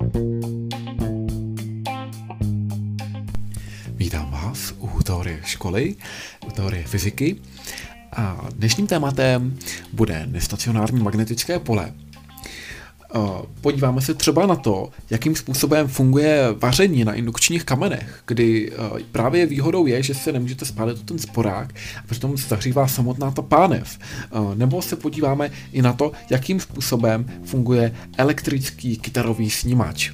Vítám vás u teorie školy, u teorie fyziky a dnešním tématem bude nestacionární magnetické pole. Podíváme se třeba na to, jakým způsobem funguje vaření na indukčních kamenech, kdy právě výhodou je, že se nemůžete spálit ten sporák a přitom se zahřívá samotná ta pánev. Nebo se podíváme i na to, jakým způsobem funguje elektrický kytarový snímač.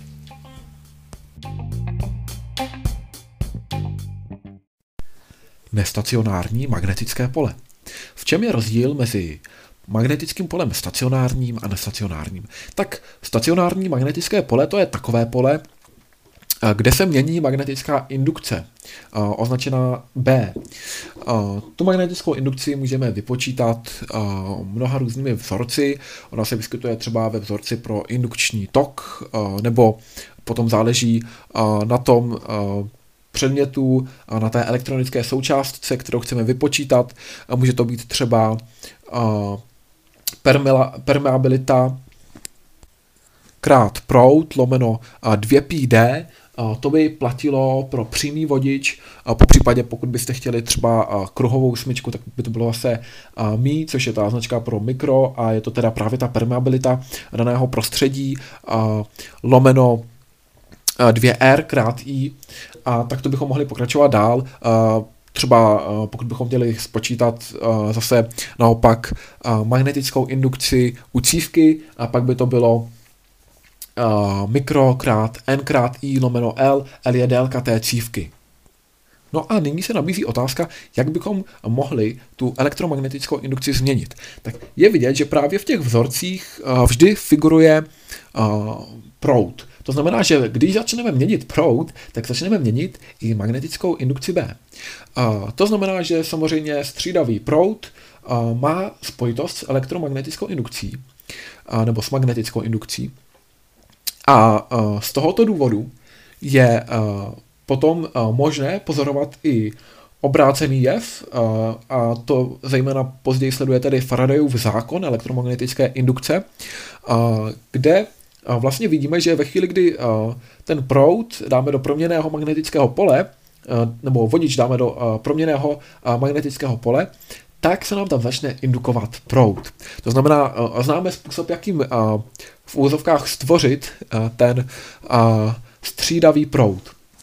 Nestacionární magnetické pole. V čem je rozdíl mezi magnetickým polem stacionárním a nestacionárním? Tak stacionární magnetické pole to je takové pole, kde se mění magnetická indukce, označená B. Tu magnetickou indukci můžeme vypočítat mnoha různými vzorci. Ona se vyskytuje třeba ve vzorci pro indukční tok, nebo potom záleží na tom předmětu, na té elektronické součástce, kterou chceme vypočítat. Může to být třeba permeabilita krát proud lomeno 2πd. To by platilo pro přímý vodič, po případě pokud byste chtěli třeba kruhovou smyčku, tak by to bylo zase mí, což je ta značka pro mikro a je to teda právě ta permeabilita daného prostředí lomeno 2R krát I, a tak to bychom mohli pokračovat dál. Třeba pokud bychom chtěli spočítat zase naopak magnetickou indukci u cívky, a pak by to bylo mikro krát N krát I lomeno L, L je délka té cívky. No a nyní se nabízí otázka, jak bychom mohli tu elektromagnetickou indukci změnit. Tak je vidět, že právě v těch vzorcích vždy figuruje proud. To znamená, že když začneme měnit proud, tak začneme měnit i magnetickou indukci B. To znamená, že samozřejmě střídavý proud má spojitost s elektromagnetickou indukcí, nebo s magnetickou indukcí. A z tohoto důvodu je potom možné pozorovat i obrácený jev, a to zejména později sleduje tedy Faradayův zákon elektromagnetické indukce, kde vlastně vidíme, že ve chvíli, kdy ten proud dáme do proměnného magnetického pole, nebo vodič dáme do proměnného magnetického pole, tak se nám tam začne indukovat proud. To znamená, známe způsob, jakým v úvozovkách stvořit ten střídavý proud.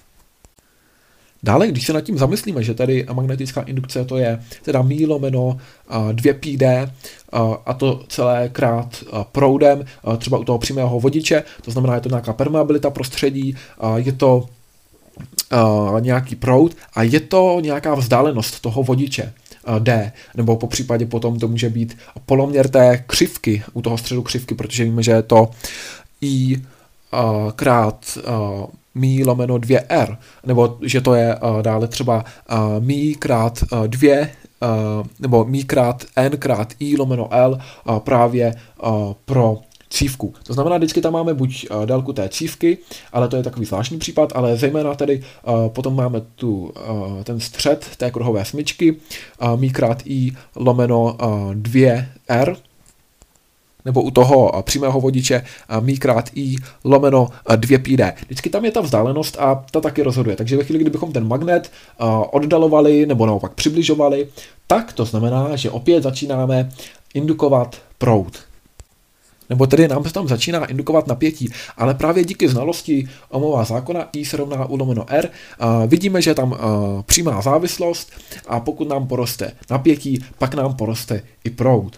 Dále, když se nad tím zamyslíme, že tady magnetická indukce to je teda mí lomeno 2πd a to celé krát proudem, třeba u toho přímého vodiče, to znamená, je to nějaká permeabilita prostředí, je to nějaký proud a je to nějaká vzdálenost toho vodiče D, nebo po případě potom to může být poloměr té křivky, u toho středu křivky, protože víme, že je to I krát mí lomeno 2R, nebo že to je dále třeba mí krát 2, nebo mí krát N krát I lomeno L právě pro cívku. To znamená, vždycky tam máme buď délku té cívky, ale to je takový zvláštní případ, ale zejména tedy potom máme ten střed té kruhové smyčky, mí krát I lomeno 2R, nebo u toho přímého vodiče mí krát I lomeno 2πd. Vždycky tam je ta vzdálenost a ta taky rozhoduje. Takže ve chvíli, kdybychom ten magnet oddalovali nebo naopak přibližovali, tak to znamená, že opět začínáme indukovat proud. Nebo tedy nám se tam začíná indukovat napětí, ale právě díky znalosti Ohmova zákona I se rovná U lomeno R vidíme, že je tam přímá závislost a pokud nám poroste napětí, pak nám poroste i proud.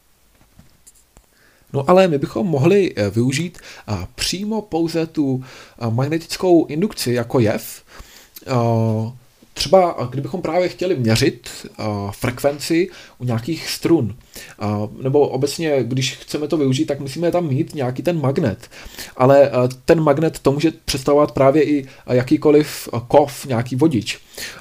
No ale my bychom mohli využít přímo pouze tu magnetickou indukci jako jev. Třeba kdybychom právě chtěli měřit frekvenci u nějakých strun, nebo obecně, když chceme to využít, tak musíme tam mít nějaký ten magnet. Ale ten magnet to může představovat právě i jakýkoliv kov, nějaký vodič.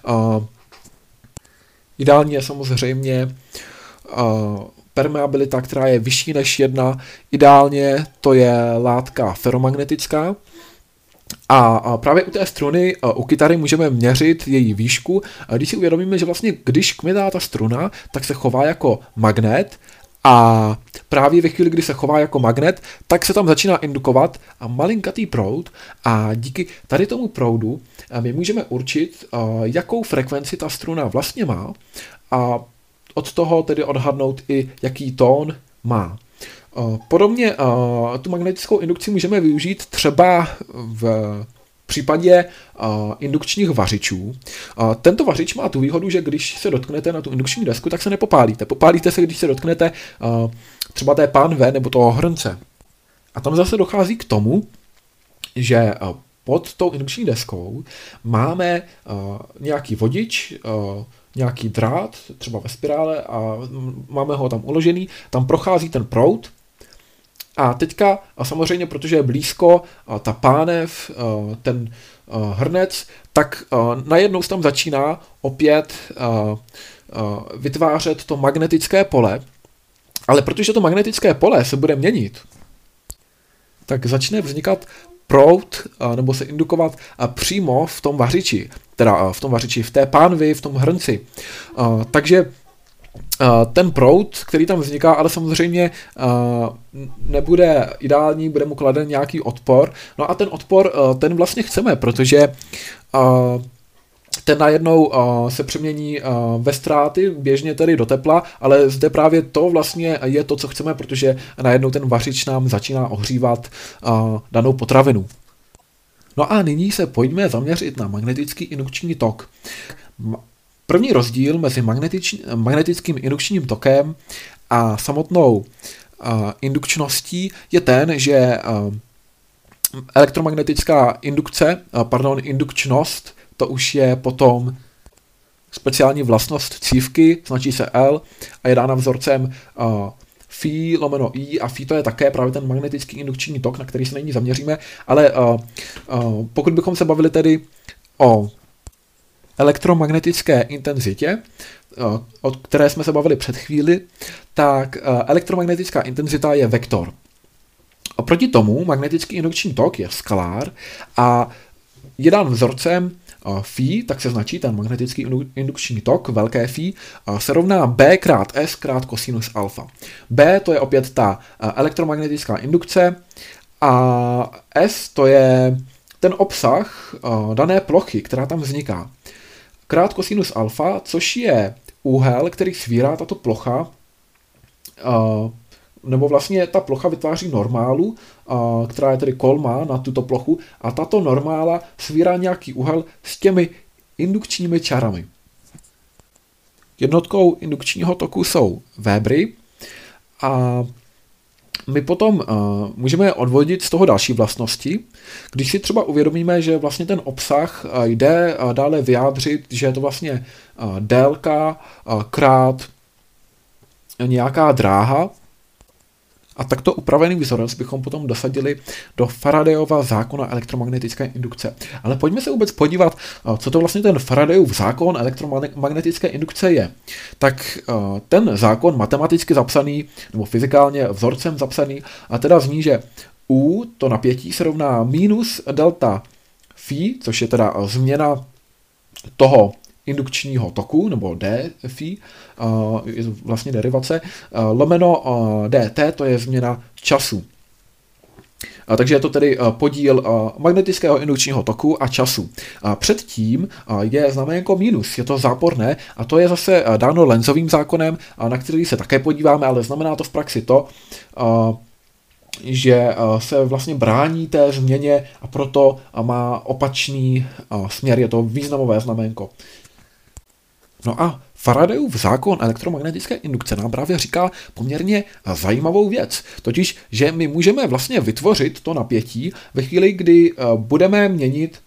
Ideálně je samozřejmě permeabilita, která je vyšší než 1, ideálně to je látka feromagnetická. A právě u té struny, u kytary můžeme měřit její výšku. Když si uvědomíme, že vlastně když kmitá ta struna, tak se chová jako magnet A právě ve chvíli, kdy se chová jako magnet, tak se tam začíná indukovat a malinkatý proud a díky tady tomu proudu my můžeme určit, jakou frekvenci ta struna vlastně má a od toho tedy odhadnout i jaký tón má. Podobně tu magnetickou indukci můžeme využít třeba v případě indukčních vařičů. Tento vařič má tu výhodu, že když se dotknete na tu indukční desku, tak se nepopálíte. Popálíte se, když se dotknete třeba té pánve nebo toho hrnce. A tam zase dochází k tomu, že pod tou indukční deskou máme nějaký vodič, nějaký drát, třeba ve spirále a máme ho tam uložený, tam prochází ten proud a teďka a samozřejmě, protože je blízko ta pánev, ten hrnec, tak najednou se tam začíná opět vytvářet to magnetické pole, ale protože to magnetické pole se bude měnit, tak začne vznikat proud nebo se indukovat přímo v tom vařiči, teda v tom vařiči, v té pánvi, v tom hrnci. Takže ten proud, který tam vzniká, ale samozřejmě nebude ideální, bude mu kladen nějaký odpor. No a ten odpor, ten vlastně chceme, protože ten najednou se přemění ve ztráty, běžně tedy do tepla, ale zde právě to vlastně je to, co chceme, protože najednou ten vařič nám začíná ohřívat danou potravinu. No a nyní se pojďme zaměřit na magnetický indukční tok. První rozdíl mezi magnetickým indukčním tokem a samotnou indukčností je ten, že elektromagnetická indukčnost, to už je potom speciální vlastnost cívky, značí se L a je dána vzorcem Phi lomeno I a Phi to je také právě ten magnetický indukční tok, na který se nyní zaměříme, ale pokud bychom se bavili tedy o elektromagnetické intenzitě, o které jsme se bavili před chvíli, tak elektromagnetická intenzita je vektor. Oproti tomu magnetický indukční tok je skalár a je dán vzorcem Phi, tak se značí ten magnetický indukční tok, velké Phi, se rovná B krát S krát kosinus alfa. B to je opět ta elektromagnetická indukce a S to je ten obsah dané plochy, která tam vzniká. Krát kosinus alfa, což je úhel, který svírá tato plocha, nebo vlastně ta plocha vytváří normálu, která je tedy kolma na tuto plochu a tato normála svírá nějaký úhel s těmi indukčními čarami. Jednotkou indukčního toku jsou Webry a my potom můžeme odvodit z toho další vlastnosti, když si třeba uvědomíme, že vlastně ten obsah jde dále vyjádřit, že je to vlastně délka krát nějaká dráha, a takto upravený vzorec bychom potom dosadili do Faradayova zákona elektromagnetické indukce. Ale pojďme se vůbec podívat, co to vlastně ten Faradayův zákon elektromagnetické indukce je. Tak ten zákon matematicky zapsaný, nebo fyzikálně vzorcem zapsaný, a teda zní, že U, to napětí, se rovná minus delta Phi, což je teda změna toho indukčního toku, nebo d Phi, je vlastně derivace, lomeno dt, to je změna času. Takže je to tedy podíl magnetického indukčního toku a času. Předtím je znaménko minus, je to záporné a to je zase dáno Lenzovým zákonem, na který se také podíváme, ale znamená to v praxi to, že se vlastně brání té změně a proto má opačný směr, je to významové znaménko. No a Faradayův zákon elektromagnetické indukce nám právě říká poměrně zajímavou věc, totiž, že my můžeme vlastně vytvořit to napětí ve chvíli, kdy budeme měnit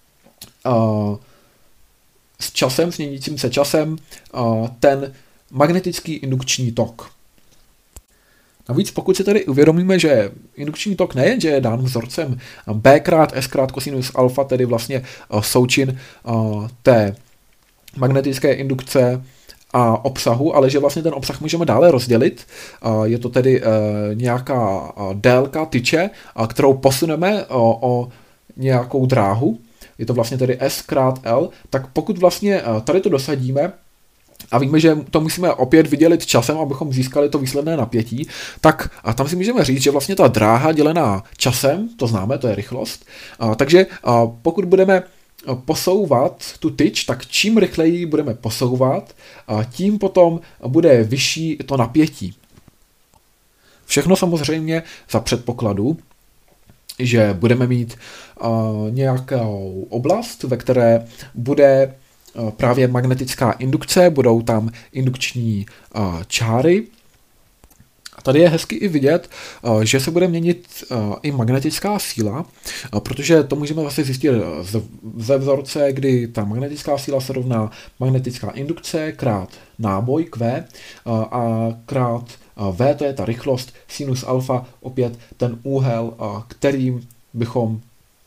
s časem, s měnícím se časem, ten magnetický indukční tok. Navíc pokud si tedy uvědomíme, že indukční tok nejen, že je dán vzorcem B krát S krát kosinus alfa, tedy vlastně součin té magnetické indukce a obsahu, ale že vlastně ten obsah můžeme dále rozdělit. Je to tedy nějaká délka tyče, kterou posuneme o nějakou dráhu. Je to vlastně tedy S krát L. Tak pokud vlastně tady to dosadíme, a víme, že to musíme opět vydělit časem, abychom získali to výsledné napětí, tak a tam si můžeme říct, že vlastně ta dráha dělená časem, to známe, to je rychlost, takže pokud budeme posouvat tu tyč, tak čím rychleji budeme posouvat, tím potom bude vyšší to napětí. Všechno samozřejmě za předpokladu, že budeme mít nějakou oblast, ve které bude právě magnetická indukce, budou tam indukční čáry. A tady je hezky i vidět, že se bude měnit i magnetická síla, protože to můžeme zase zjistit ze vzorce, kdy ta magnetická síla se rovná magnetická indukce krát náboj Q a krát V, to je ta rychlost, sinus alfa, opět ten úhel, kterým bychom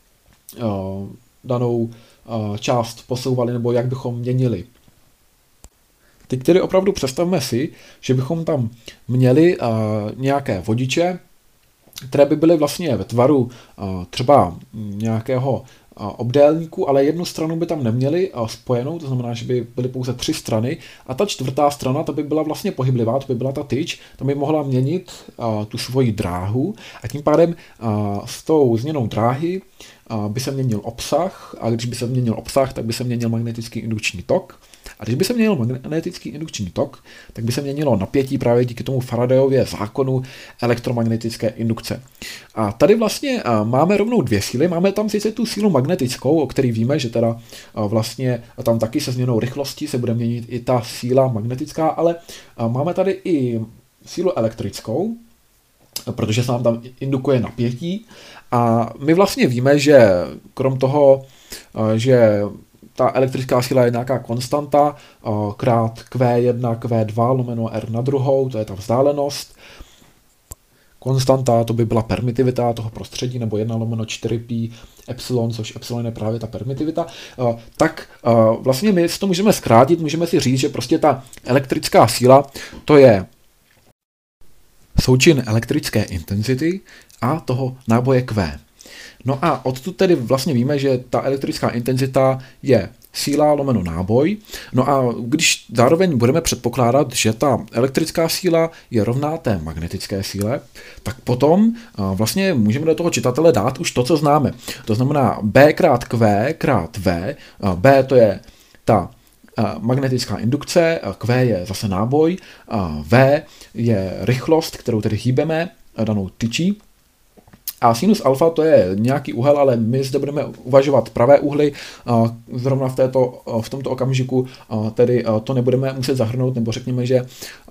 danou část posouvali, nebo jak bychom měnili. Teď tedy opravdu představme si, že bychom tam měli nějaké vodiče, které by byly vlastně ve tvaru třeba nějakého obdélníku, ale jednu stranu by tam neměli spojenou, to znamená, že by byly pouze 3 strany a ta čtvrtá strana, ta by byla vlastně pohyblivá, to by byla ta tyč, ta by mohla měnit tu svoji dráhu a tím pádem s tou změnou dráhy by se měnil obsah a když by se měnil obsah, tak by se měnil magnetický indukční tok. A když by se měnil magnetický indukční tok, tak by se měnilo napětí právě díky tomu Faradayově zákonu elektromagnetické indukce. A tady vlastně máme rovnou 2 síly. Máme tam sice tu sílu magnetickou, o který víme, že teda vlastně tam taky se změnou rychlosti se bude měnit i ta síla magnetická, ale máme tady i sílu elektrickou, protože se nám tam indukuje napětí. A my vlastně víme, že krom toho, že ta elektrická síla je nějaká konstanta krát Q1, Q2 lomeno R na druhou, to je ta vzdálenost. Konstanta, to by byla permitivita toho prostředí, nebo 1 lomeno 4π epsilon, což epsilon je právě ta permitivita. Tak vlastně my si to můžeme zkrátit, můžeme si říct, že prostě ta elektrická síla, to je součin elektrické intenzity a toho náboje Q. No a odtud tedy vlastně víme, že ta elektrická intenzita je síla lomeno náboj. No a když zároveň budeme předpokládat, že ta elektrická síla je rovná té magnetické síle, tak potom vlastně můžeme do toho čitatele dát už to, co známe. To znamená B krát Q krát V. B to je ta magnetická indukce, Q je zase náboj, V je rychlost, kterou tedy hýbeme danou tyčí. A sinus alfa to je nějaký úhel, ale my zde budeme uvažovat pravé úhly, zrovna v tomto okamžiku tedy to nebudeme muset zahrnout, nebo řekněme, že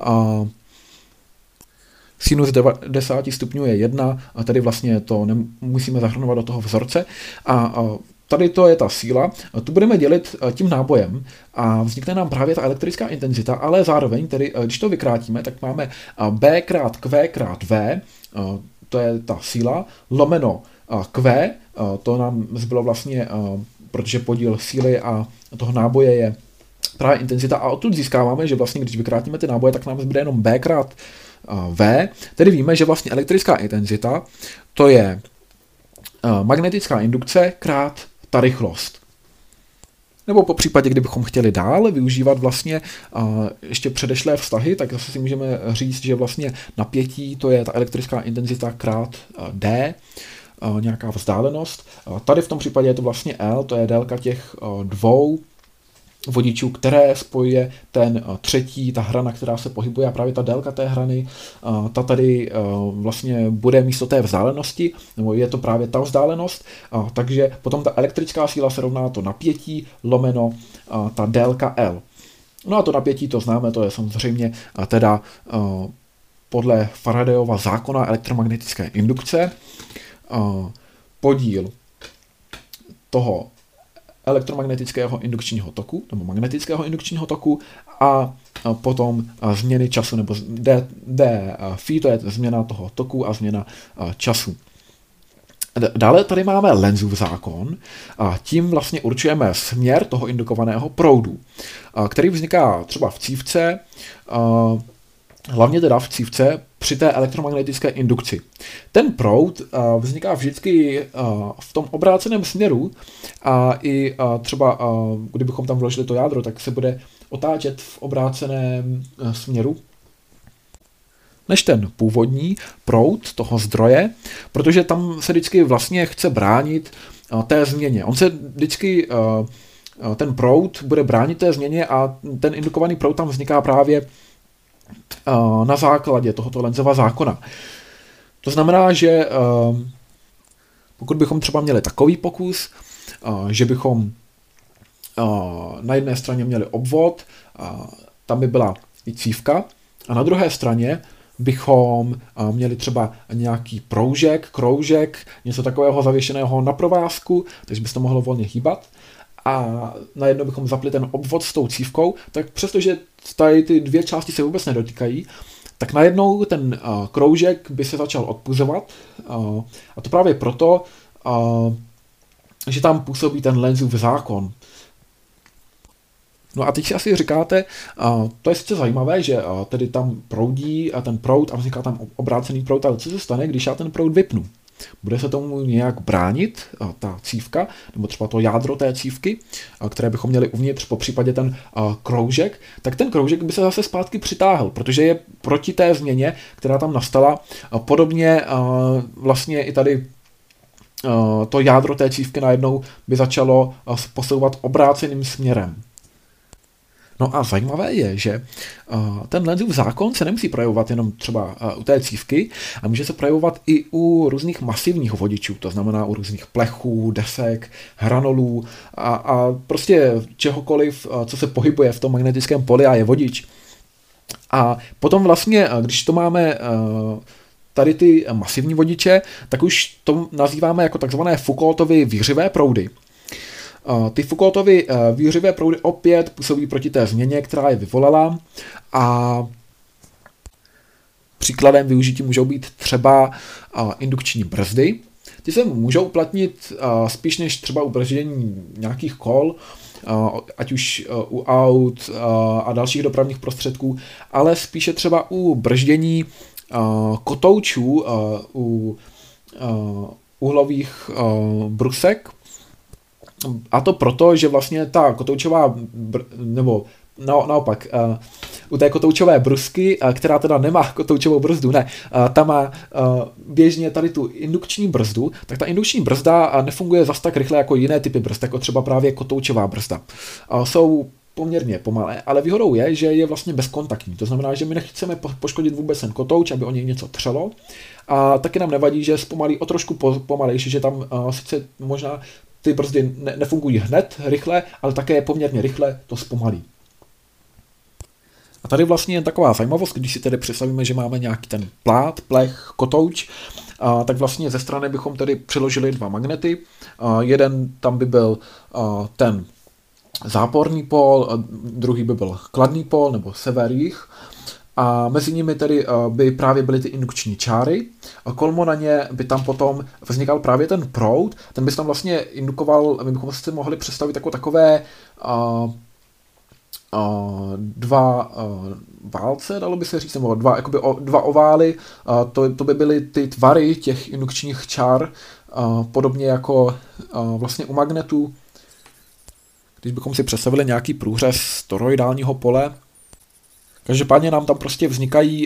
sinus 90 stupňů je 1, a tedy vlastně to nemusíme zahrnovat do toho vzorce. A tady to je ta síla, tu budeme dělit tím nábojem a vznikne nám právě ta elektrická intenzita, ale zároveň, tedy když to vykrátíme, tak máme B krát Q krát V, to je ta síla, lomeno Q, to nám zbylo vlastně, protože podíl síly a toho náboje je právě intenzita a odtud získáváme, že vlastně, když vykrátíme ty náboje, tak nám zbyde jenom B krát V, tedy víme, že vlastně elektrická intenzita, to je magnetická indukce krát ta rychlost. Nebo po případě, kdybychom chtěli dál využívat vlastně ještě předešlé vztahy, tak zase si můžeme říct, že vlastně napětí to je ta elektrická intenzita krát D, nějaká vzdálenost. Tady v tom případě je to vlastně L, to je délka těch 2 vodičů, které spojuje ten třetí, ta hrana, která se pohybuje, a právě ta délka té hrany, ta tady vlastně bude místo té vzdálenosti, nebo je to právě ta vzdálenost, takže potom ta elektrická síla se rovná to napětí lomeno ta délka L. No a to napětí, to známe, to je samozřejmě teda podle Faradayova zákona elektromagnetické indukce podíl toho elektromagnetického indukčního toku, nebo magnetického indukčního toku a potom změny času, nebo d phi, to je změna toho toku a změna času. Dále tady máme Lenzův zákon a tím vlastně určujeme směr toho indukovaného proudu, který vzniká třeba v cívce, hlavně teda v cívce při té elektromagnetické indukci. Ten proud vzniká vždycky v tom obráceném směru a i třeba, kdybychom tam vložili to jádro, tak se bude otáčet v obráceném směru než ten původní proud toho zdroje, protože tam se vždycky vlastně chce bránit té změně. On se vždycky, ten proud bude bránit té změně a ten indukovaný proud tam vzniká právě na základě tohoto Lenzova zákona. To znamená, že pokud bychom třeba měli takový pokus, že bychom na jedné straně měli obvod, tam by byla i cívka, a na druhé straně bychom měli třeba nějaký proužek, kroužek, něco takového zavěšeného na provázku, takže by se to mohlo volně hýbat. A najednou bychom zapli ten obvod s tou cívkou, tak přestože tady ty dvě části se vůbec nedotýkají, tak najednou ten kroužek by se začal odpuzovat. A to právě proto, že tam působí ten Lenzův zákon. No a teď si asi říkáte, to je sice zajímavé, že tedy tam proudí a ten proud a vzniká tam obrácený proud, ale co se stane, když já ten proud vypnu? Bude se tomu nějak bránit ta cívka, nebo třeba to jádro té cívky, které bychom měli uvnitř, po případě ten kroužek, tak ten kroužek by se zase zpátky přitáhl, protože je proti té změně, která tam nastala. Podobně vlastně i tady to jádro té cívky najednou by začalo posouvat obráceným směrem. No a zajímavé je, že ten Lenzův zákon se nemusí projevovat jenom třeba u té cívky, a může se projevovat i u různých masivních vodičů, to znamená u různých plechů, desek, hranolů a prostě čehokoliv, co se pohybuje v tom magnetickém poli a je vodič. A potom vlastně, když to máme tady ty masivní vodiče, tak už to nazýváme jako takzvané Foucaultovy výřivé proudy. Ty Foucaultovy výřivé proudy opět působí proti té změně, která je vyvolala, a příkladem využití můžou být třeba indukční brzdy. Ty se můžou uplatnit spíš než třeba u brždění nějakých kol, ať už u aut a dalších dopravních prostředků, ale spíše třeba u brždění kotoučů, u uhlových brusek. A to proto, že vlastně ta kotoučová, nebo naopak, u té kotoučové brusky, která teda nemá kotoučovou brzdu, ne, ta má běžně tady tu indukční brzdu, tak ta indukční brzda nefunguje zas tak rychle jako jiné typy brzd, jako třeba právě kotoučová brzda. Jsou poměrně pomalé, ale výhodou je, že je vlastně bezkontaktní. To znamená, že my nechceme poškodit vůbec ten kotouč, aby o něj něco třelo. A taky nám nevadí, že zpomalí o trošku pomalejší, že tam sice možná ty brzdy nefungují hned rychle, ale také poměrně rychle to zpomalí. A tady vlastně je taková zajímavost, když si tedy představíme, že máme nějaký ten plát, plech, kotouč, tak vlastně ze strany bychom tedy přiložili dva magnety. Jeden tam by byl ten záporný pól, druhý by byl kladný pól nebo sever-jih. A mezi nimi tedy by právě byly ty indukční čáry. A kolmo na ně by tam potom vznikal právě ten proud. Ten by se tam vlastně indukoval, my bychom si mohli představit jako takové dva válce, dalo by se říct, nebo dva ovály. To by byly ty tvary těch indukčních čár, podobně jako vlastně u magnetů. Když bychom si představili nějaký průřez toroidálního pole, každopádně nám tam prostě vznikají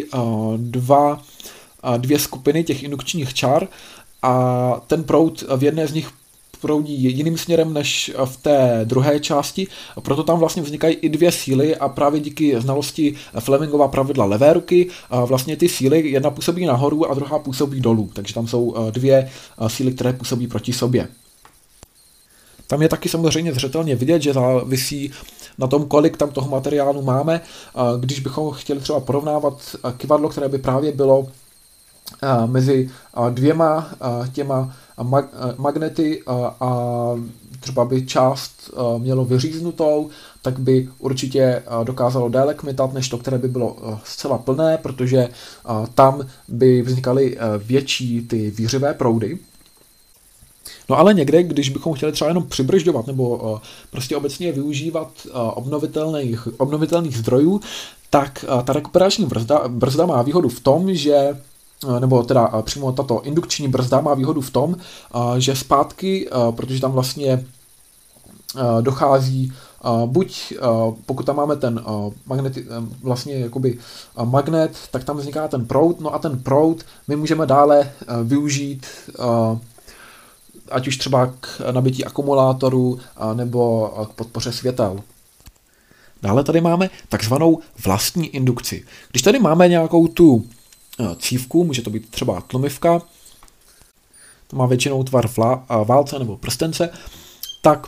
dvě skupiny těch indukčních čár a ten proud v jedné z nich proudí jiným směrem než v té druhé části, proto tam vlastně vznikají i dvě síly a právě díky znalosti Flemingova pravidla levé ruky vlastně ty síly, jedna působí nahoru a druhá působí dolů, takže tam jsou dvě síly, které působí proti sobě. Tam je taky samozřejmě zřetelně vidět, že závisí na tom, kolik tam toho materiálu máme. Když bychom chtěli třeba porovnávat kyvadlo, které by právě bylo mezi dvěma těma magnety a třeba by část mělo vyříznutou, tak by určitě dokázalo déle kmitat, než to, které by bylo zcela plné, protože tam by vznikaly větší ty výřivé proudy. No ale někde, když bychom chtěli třeba jenom přibržďovat nebo prostě obecně využívat obnovitelných zdrojů, tak ta rekuperační brzda má výhodu v tom, že nebo teda přímo tato indukční brzda má výhodu v tom, že zpátky, protože tam vlastně dochází buď pokud tam máme ten vlastně jakoby magnet, tak tam vzniká ten proud, no a ten proud my můžeme dále využít ať už třeba k nabití akumulátoru nebo k podpoře světel. Dále tady máme takzvanou vlastní indukci. Když tady máme nějakou tu cívku, může to být třeba tlumivka, to má většinou tvar válce nebo prstence, tak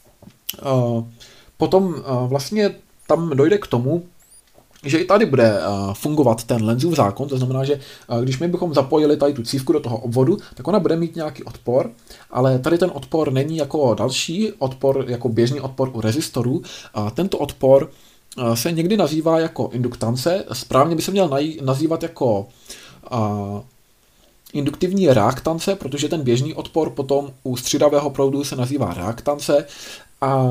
potom vlastně tam dojde k tomu, že i tady bude fungovat ten Lenzův zákon, to znamená, že když my bychom zapojili tady tu cívku do toho obvodu, tak ona bude mít nějaký odpor, ale tady ten odpor není jako další odpor, jako běžný odpor u rezistorů. Tento odpor se někdy nazývá jako induktance, správně by se měl nazývat jako induktivní reaktance, protože ten běžný odpor potom u střídavého proudu se nazývá reaktance a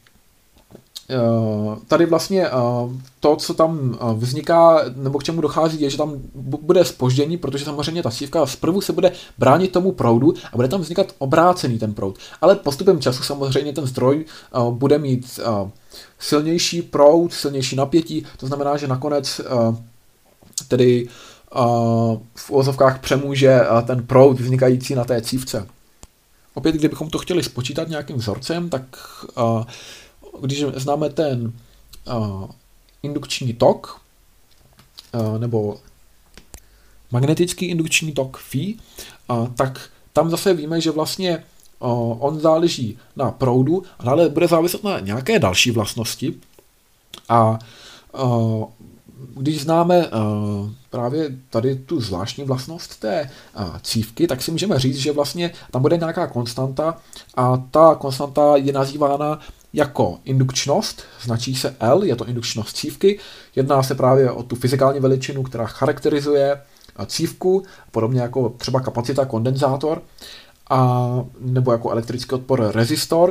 tady vlastně to, co tam vzniká, nebo k čemu dochází, je, že tam bude zpoždění, protože samozřejmě ta cívka zprvu se bude bránit tomu proudu a bude tam vznikat obrácený ten proud. Ale postupem času samozřejmě ten zdroj bude mít silnější proud, silnější napětí, to znamená, že nakonec tedy v uvozovkách přemůže ten proud vznikající na té cívce. Opět, kdybychom to chtěli spočítat nějakým vzorcem, tak když známe ten indukční tok, nebo magnetický indukční tok phi, tak tam zase víme, že vlastně on záleží na proudu a dále bude záviset na nějaké další vlastnosti. A když známe právě tady tu zvláštní vlastnost té cívky, tak si můžeme říct, že vlastně tam bude nějaká konstanta a ta konstanta je nazývána jako indukčnost, značí se L, je to indukčnost cívky, jedná se právě o tu fyzikální veličinu, která charakterizuje cívku, podobně jako třeba kapacita kondenzátor, nebo jako elektrický odpor rezistor.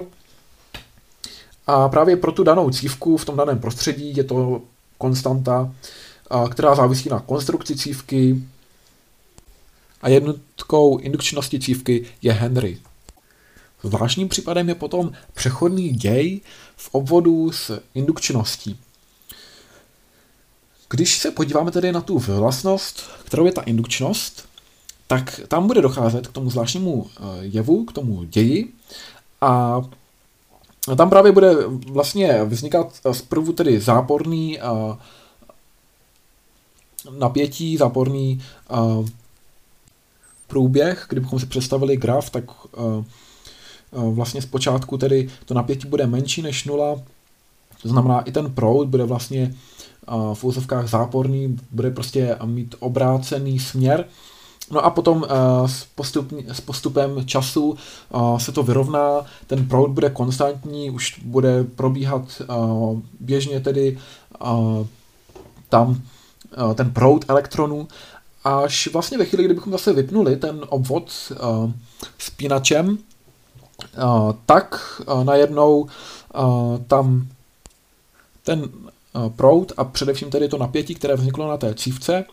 A právě pro tu danou cívku v tom daném prostředí je to konstanta, která závisí na konstrukci cívky a jednotkou indukčnosti cívky je Henry. Zvláštním případem je potom přechodný děj v obvodu s indukčností. Když se podíváme tedy na tu vlastnost, kterou je ta indukčnost, tak tam bude docházet k tomu zvláštnímu jevu, k tomu ději a tam právě bude vlastně vznikat zprvu tedy záporný napětí, záporný průběh. Kdybychom si představili graf, tak vlastně zpočátku tedy to napětí bude menší než 0, to znamená i ten proud bude vlastně v úzovkách záporný, bude prostě mít obrácený směr. No a potom s postupem času se to vyrovná, ten proud bude konstantní, už bude probíhat běžně tedy tam ten proud elektronů, až vlastně ve chvíli, kdybychom zase vypnuli ten obvod spínačem, tak najednou tam ten proud a především tedy to napětí, které vzniklo na té cívce,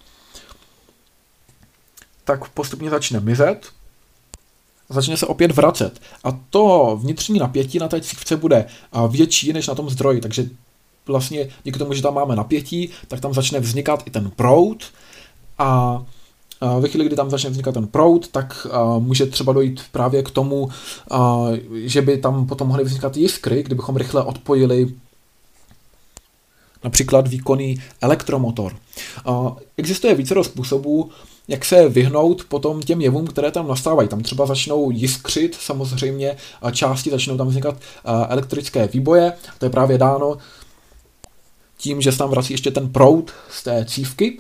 tak postupně začne mizet, začne se opět vracet. A to vnitřní napětí na té cívce bude větší než na tom zdroji, takže vlastně díky tomu, že tam máme napětí, tak tam začne vznikat i ten proud a ve chvíli, kdy tam začne vznikat ten proud, tak může třeba dojít právě k tomu, že by tam potom mohly vznikat jiskry, kdybychom rychle odpojili například výkonný elektromotor. Existuje vícero způsobů, jak se vyhnout potom těm jevům, které tam nastávají. Tam třeba začnou jiskřit, samozřejmě části, začnou tam vznikat elektrické výboje. To je právě dáno tím, že se tam vrací ještě ten proud z té cívky.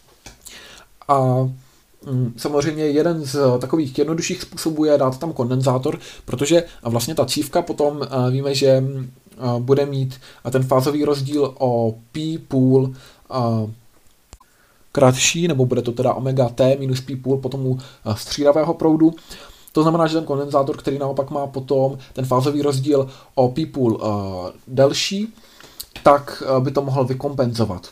A samozřejmě jeden z takových jednodušších způsobů je dát tam kondenzátor, protože vlastně ta cívka potom víme, že bude mít ten fázový rozdíl o pi půl kratší, nebo bude to teda omega t minus pi půl potom u střídavého proudu. To znamená, že ten kondenzátor, který naopak má potom ten fázový rozdíl o pi půl delší, tak by to mohl vykompenzovat.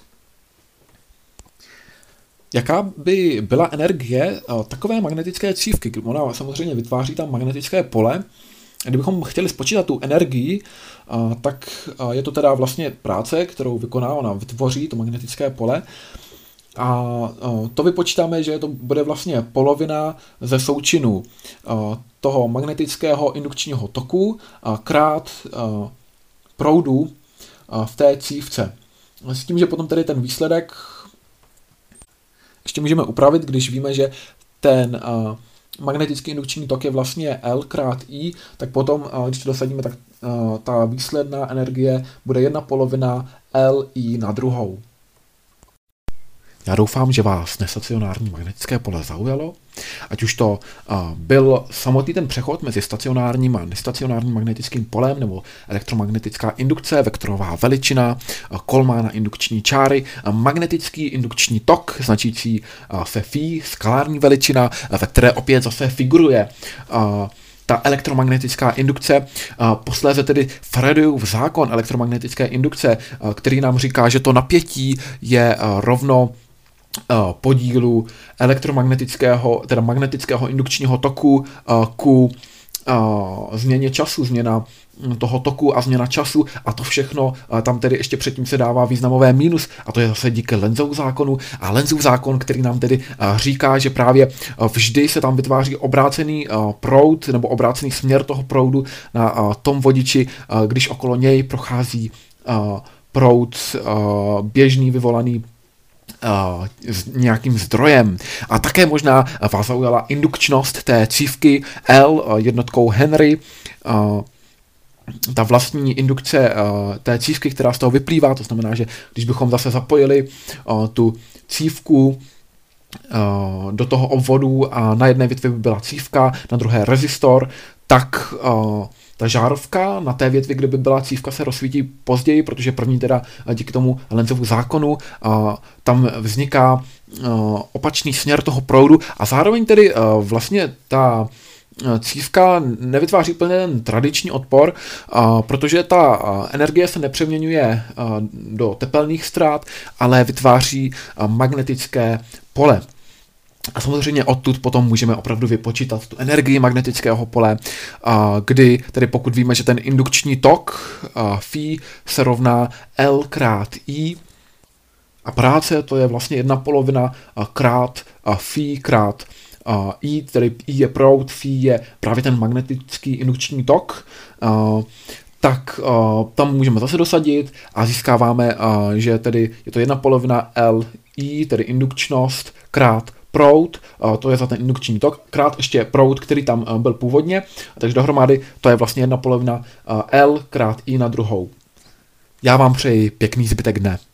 Jaká by byla energie takové magnetické cívky? Ona samozřejmě vytváří tam magnetické pole kdybychom chtěli spočítat tu energii, tak je to teda vlastně práce, kterou vykoná, ona vytvoří to magnetické pole. A to vypočítáme, že to bude vlastně polovina ze součinu toho magnetického indukčního toku krát proudu v té cívce. S tím, že potom tedy ten výsledek ještě můžeme upravit, když víme, že ten magnetický indukční tok je vlastně L krát I, tak potom, když to dosadíme, tak ta výsledná energie bude 1/2 Li na druhou. Já doufám, že vás nestacionární magnetické pole zaujalo, ať už to byl samotný ten přechod mezi stacionárním a nestacionárním magnetickým polem, nebo elektromagnetická indukce, vektorová veličina, Kolmana indukční čáry, magnetický indukční tok, značící se phi, skalární veličina, ve které opět zase figuruje ta elektromagnetická indukce, posléze tedy Faradayův zákon elektromagnetické indukce, který nám říká, že to napětí je rovno podílu elektromagnetického, teda magnetického indukčního toku ku změně času, změna toho toku a změna času, a to všechno tam tedy ještě předtím se dává významové mínus, a to je zase díky Lenzův zákonu. A Lenzův zákon, který nám tedy říká, že právě vždy se tam vytváří obrácený proud nebo obrácený směr toho proudu na tom vodiči, když okolo něj prochází proud běžný vyvolaný nějakým zdrojem. A také možná vás zaujala indukčnost té cívky L jednotkou Henry, ta vlastní indukce té cívky, která z toho vyplývá, to znamená, že když bychom zase zapojili tu cívku do toho obvodu a na jedné větvi by byla cívka, na druhé rezistor, tak ta žárovka na té větvi, kde by byla cívka, se rozsvítí později, protože první teda díky tomu Lenzovu zákonu tam vzniká opačný směr toho proudu, a zároveň tedy vlastně ta cívka nevytváří úplně ten tradiční odpor, protože ta energie se nepřeměňuje do tepelných ztrát, ale vytváří magnetické pole. A samozřejmě odtud potom můžeme opravdu vypočítat tu energii magnetického pole, kdy tedy pokud víme, že ten indukční tok phi se rovná L krát I, a práce to je vlastně 1/2 krát phi krát I, tedy I je proud, phi je právě ten magnetický indukční tok, tak tam můžeme zase dosadit a získáváme, že tedy je to 1/2 Li, tedy indukčnost, krát proud, to je za ten indukční tok, krát ještě proud, který tam byl původně, takže dohromady to je vlastně 1/2 L krát I na druhou. Já vám přeji pěkný zbytek dne.